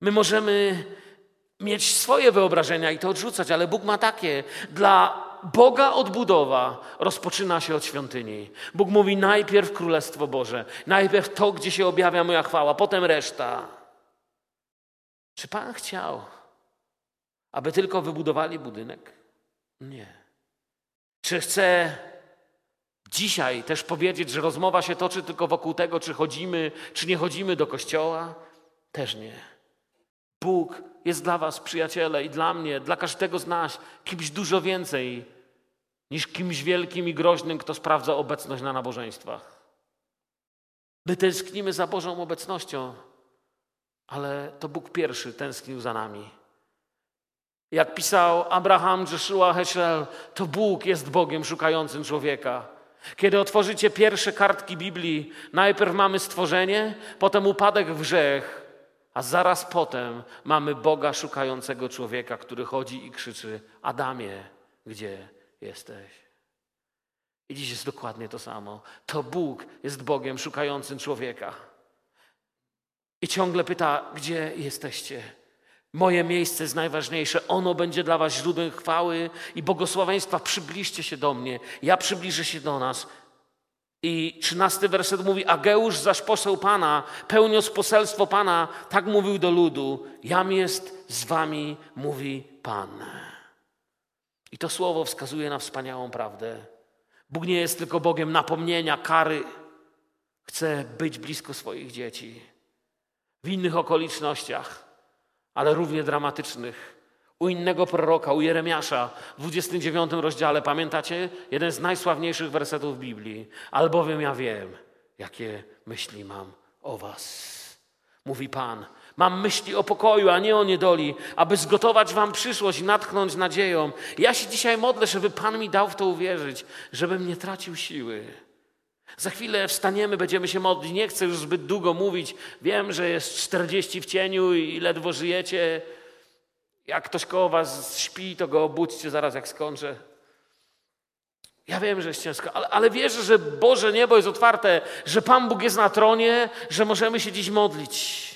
My możemy mieć swoje wyobrażenia i to odrzucać, ale Bóg ma takie. Dla Boga odbudowa rozpoczyna się od świątyni. Bóg mówi najpierw Królestwo Boże, najpierw to, gdzie się objawia moja chwała, potem reszta. Czy Pan chciał, aby tylko wybudowali budynek? Nie. Czy chce dzisiaj też powiedzieć, że rozmowa się toczy tylko wokół tego, czy chodzimy, czy nie chodzimy do kościoła? Też nie. Bóg jest dla was, przyjaciele, i dla mnie, dla każdego z nas kimś dużo więcej niż kimś wielkim i groźnym, kto sprawdza obecność na nabożeństwach. My tęsknimy za Bożą obecnością, ale to Bóg pierwszy tęsknił za nami. Jak pisał Abraham Joshua Heschel, to Bóg jest Bogiem szukającym człowieka. Kiedy otworzycie pierwsze kartki Biblii, najpierw mamy stworzenie, potem upadek w grzech, a zaraz potem mamy Boga szukającego człowieka, który chodzi i krzyczy: Adamie, gdzie jesteś? I dziś jest dokładnie to samo. To Bóg jest Bogiem szukającym człowieka. I ciągle pyta: gdzie jesteście? Moje miejsce jest najważniejsze. Ono będzie dla was źródłem chwały i błogosławieństwa. Przybliżcie się do mnie. Ja przybliżę się do nas. I trzynasty werset mówi: Ageusz zaś poseł Pana, pełniąc poselstwo Pana, tak mówił do ludu: Jam jest z wami, mówi Pan. I to słowo wskazuje na wspaniałą prawdę. Bóg nie jest tylko Bogiem napomnienia, kary. Chce być blisko swoich dzieci. W innych okolicznościach, ale równie dramatycznych. U innego proroka, u Jeremiasza w dwudziestym dziewiątym rozdziale, pamiętacie? Jeden z najsławniejszych wersetów Biblii. Albowiem ja wiem, jakie myśli mam o was. Mówi Pan: mam myśli o pokoju, a nie o niedoli, aby zgotować wam przyszłość i natchnąć nadzieją. Ja się dzisiaj modlę, żeby Pan mi dał w to uwierzyć, żebym nie tracił siły. Za chwilę wstaniemy, będziemy się modlić. Nie chcę już zbyt długo mówić. Wiem, że jest czterdzieści w cieniu i ledwo żyjecie. Jak ktoś koło was śpi, to go obudźcie zaraz, jak skończę. Ja wiem, że jest ciężko, ale, ale wierzę, że Boże niebo jest otwarte, że Pan Bóg jest na tronie, że możemy się dziś modlić.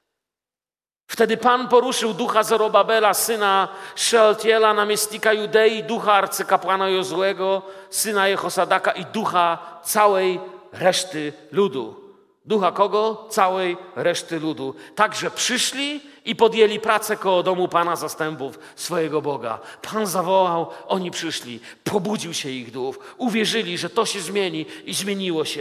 Wtedy Pan poruszył ducha Zorobabela, syna Szealtiela, namiestnika Judei, ducha arcykapłana Jozłego, syna Jehosadaka i ducha całej reszty ludu. Ducha kogo? Całej reszty ludu. Także przyszli i podjęli pracę koło domu Pana zastępów, swojego Boga. Pan zawołał, oni przyszli. Pobudził się ich duch. Uwierzyli, że to się zmieni i zmieniło się.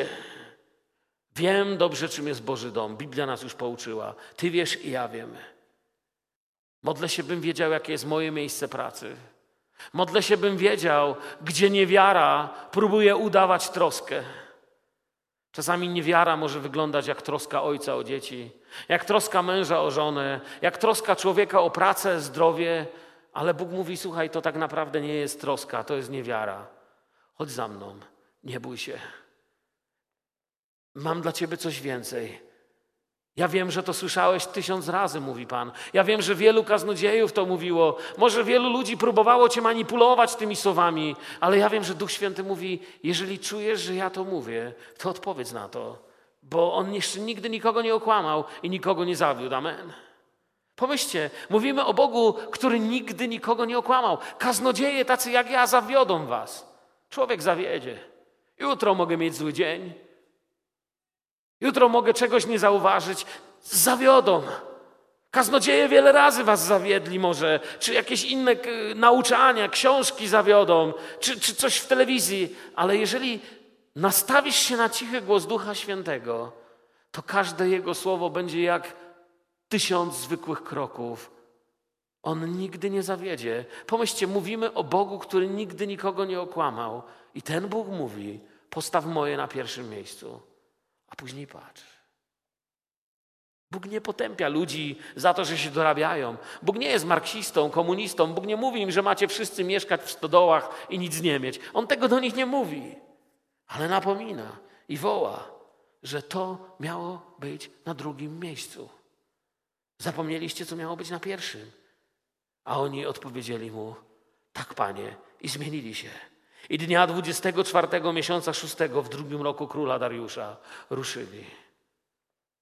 Wiem dobrze, czym jest Boży dom. Biblia nas już pouczyła. Ty wiesz i ja wiemy. Modlę się, bym wiedział, jakie jest moje miejsce pracy. Modlę się, bym wiedział, gdzie niewiara próbuje udawać troskę. Czasami niewiara może wyglądać jak troska ojca o dzieci, jak troska męża o żonę, jak troska człowieka o pracę, zdrowie, ale Bóg mówi: słuchaj, to tak naprawdę nie jest troska, to jest niewiara. Chodź za mną, nie bój się. Mam dla ciebie coś więcej. Ja wiem, że to słyszałeś tysiąc razy, mówi Pan. Ja wiem, że wielu kaznodziejów to mówiło. Może wielu ludzi próbowało cię manipulować tymi słowami, ale ja wiem, że Duch Święty mówi: jeżeli czujesz, że ja to mówię, to odpowiedz na to. Bo On jeszcze nigdy nikogo nie okłamał i nikogo nie zawiódł. Amen. Pomyślcie, mówimy o Bogu, który nigdy nikogo nie okłamał. Kaznodzieje tacy jak ja zawiodą was. Człowiek zawiedzie. Jutro mogę mieć zły dzień. Jutro mogę czegoś nie zauważyć. Zawiodą. Kaznodzieje wiele razy was zawiedli może. Czy jakieś inne nauczania, książki zawiodą. Czy, czy coś w telewizji. Ale jeżeli nastawisz się na cichy głos Ducha Świętego, to każde Jego słowo będzie jak tysiąc zwykłych kroków. On nigdy nie zawiedzie. Pomyślcie, mówimy o Bogu, który nigdy nikogo nie okłamał. I ten Bóg mówi: postaw moje na pierwszym miejscu. A później patrz. Bóg nie potępia ludzi za to, że się dorabiają. Bóg nie jest marksistą, komunistą. Bóg nie mówi im, że macie wszyscy mieszkać w stodołach i nic nie mieć. On tego do nich nie mówi. Ale napomina i woła, że to miało być na drugim miejscu. Zapomnieliście, co miało być na pierwszym. A oni odpowiedzieli mu: tak, Panie, i zmienili się. I dnia dwudziestego czwartego miesiąca szóstego w drugim roku króla Dariusza ruszyli.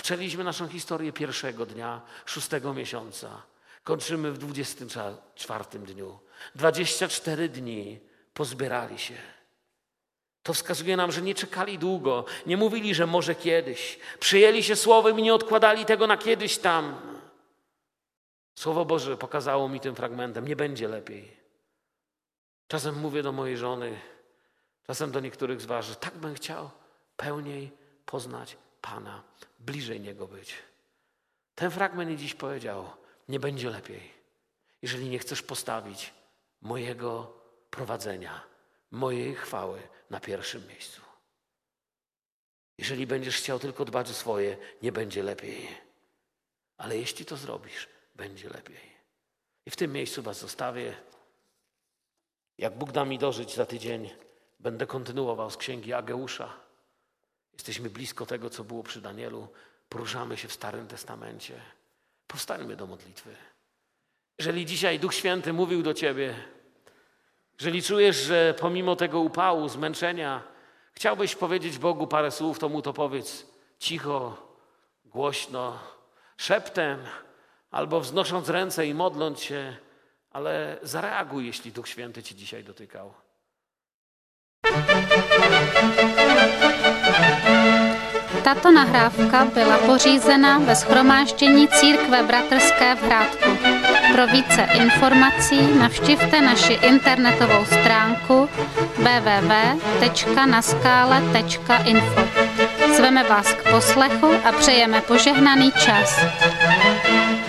Zaczęliśmy naszą historię pierwszego dnia, szóstego miesiąca. Kończymy w dwudziestym czwartym dniu. dwadzieścia cztery dni pozbierali się. To wskazuje nam, że nie czekali długo. Nie mówili, że może kiedyś. Przyjęli się słowem i nie odkładali tego na kiedyś tam. Słowo Boże pokazało mi tym fragmentem, nie będzie lepiej. Czasem mówię do mojej żony, czasem do niektórych z was, że tak bym chciał pełniej poznać Pana, bliżej Niego być. Ten fragment mi dziś powiedział, nie będzie lepiej, jeżeli nie chcesz postawić mojego prowadzenia, mojej chwały na pierwszym miejscu. Jeżeli będziesz chciał tylko dbać o swoje, nie będzie lepiej. Ale jeśli to zrobisz, będzie lepiej. I w tym miejscu was zostawię. Jak Bóg da mi dożyć za tydzień, będę kontynuował z księgi Ageusza. Jesteśmy blisko tego, co było przy Danielu. Poruszamy się w Starym Testamencie. Powstańmy do modlitwy. Jeżeli dzisiaj Duch Święty mówił do ciebie, jeżeli czujesz, że pomimo tego upału, zmęczenia, chciałbyś powiedzieć Bogu parę słów, to Mu to powiedz cicho, głośno, szeptem, albo wznosząc ręce i modląc się, ale zareaguj, jeśli Duch Święty ci dzisiaj dotykał. Tato nahrávka byla pořízena ve shromáždění Církve bratrské v Hrádku. Pro více informací navštivte naši internetovou stránku w w w tečka naskale tečka info. Zveme vás k poslechu a přejeme požehnaný čas.